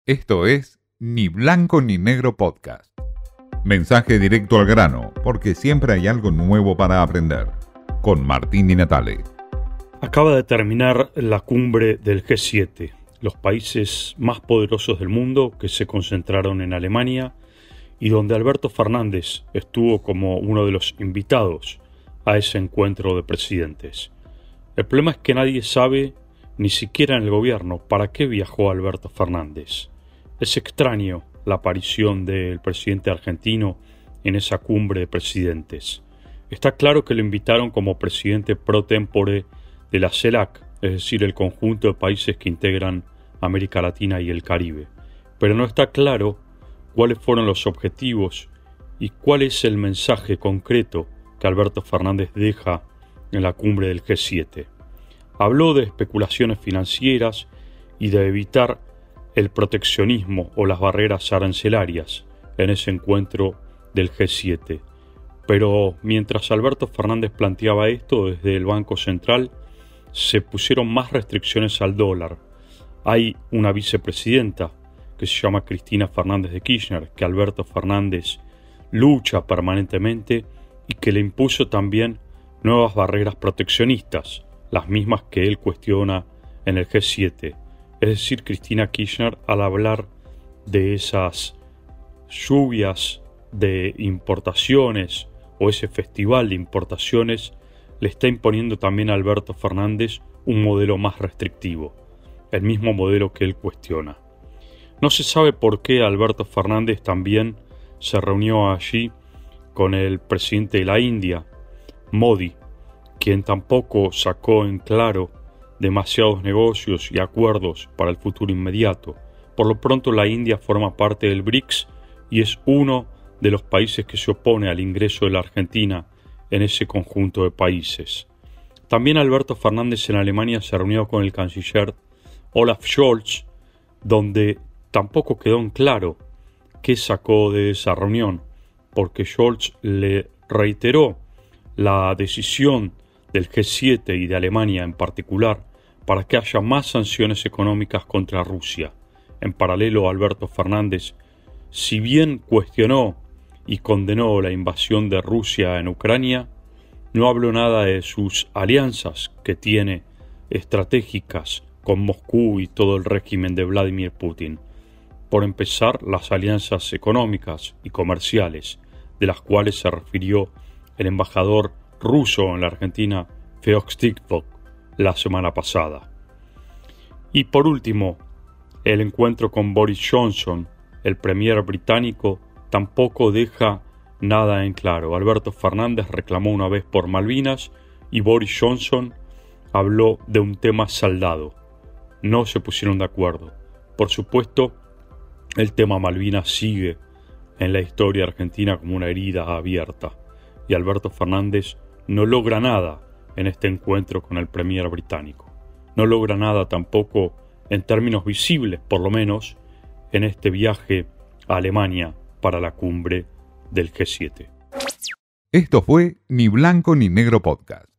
Esto es Ni Blanco ni Negro Podcast. Mensaje directo al grano, porque siempre hay algo nuevo para aprender. Con Martín Di Natale. Acaba de terminar la cumbre del G7, los países más poderosos del mundo que se concentraron en Alemania y donde Alberto Fernández estuvo como uno de los invitados a ese encuentro de presidentes. El problema es que nadie sabe, ni siquiera en el gobierno, para qué viajó Alberto Fernández. Es extraño la aparición del presidente argentino en esa cumbre de presidentes. Está claro que lo invitaron como presidente pro tempore de la CELAC, es decir, el conjunto de países que integran América Latina y el Caribe. Pero no está claro cuáles fueron los objetivos y cuál es el mensaje concreto que Alberto Fernández deja en la cumbre del G7. Habló de especulaciones financieras y de evitar el proteccionismo o las barreras arancelarias en ese encuentro del G7. Pero mientras Alberto Fernández planteaba esto, desde el Banco Central se pusieron más restricciones al dólar. Hay una vicepresidenta que se llama Cristina Fernández de Kirchner, que Alberto Fernández lucha permanentemente y que le impuso también nuevas barreras proteccionistas, las mismas que él cuestiona en el G7. Es decir, Cristina Kirchner, al hablar de esas lluvias de importaciones o ese festival de importaciones, le está imponiendo también a Alberto Fernández un modelo más restrictivo, el mismo modelo que él cuestiona. No se sabe por qué Alberto Fernández también se reunió allí con el presidente de la India, Modi, quien tampoco sacó en claro demasiados negocios y acuerdos para el futuro inmediato. Por lo pronto, la India forma parte del BRICS y es uno de los países que se opone al ingreso de la Argentina en ese conjunto de países. También Alberto Fernández en Alemania se reunió con el canciller Olaf Scholz, donde tampoco quedó en claro qué sacó de esa reunión, porque Scholz le reiteró la decisión del G7 y de Alemania en particular para que haya más sanciones económicas contra Rusia. En paralelo, Alberto Fernández, si bien cuestionó y condenó la invasión de Rusia en Ucrania, no habló nada de sus alianzas que tiene estratégicas con Moscú y todo el régimen de Vladimir Putin. Por empezar, las alianzas económicas y comerciales, de las cuales se refirió el embajador ruso en la Argentina, Feoks Tykvok, la semana pasada. Y por último, el encuentro con Boris Johnson, el premier británico, tampoco deja nada en claro. Alberto Fernández reclamó una vez por Malvinas y Boris Johnson habló de un tema saldado. No se pusieron de acuerdo. Por supuesto, el tema Malvinas sigue en la historia argentina como una herida abierta y Alberto Fernández no logra nada en este encuentro con el premier británico. No logra nada tampoco en términos visibles, por lo menos, en este viaje a Alemania para la cumbre del G7. Esto fue Ni Blanco ni Negro Podcast.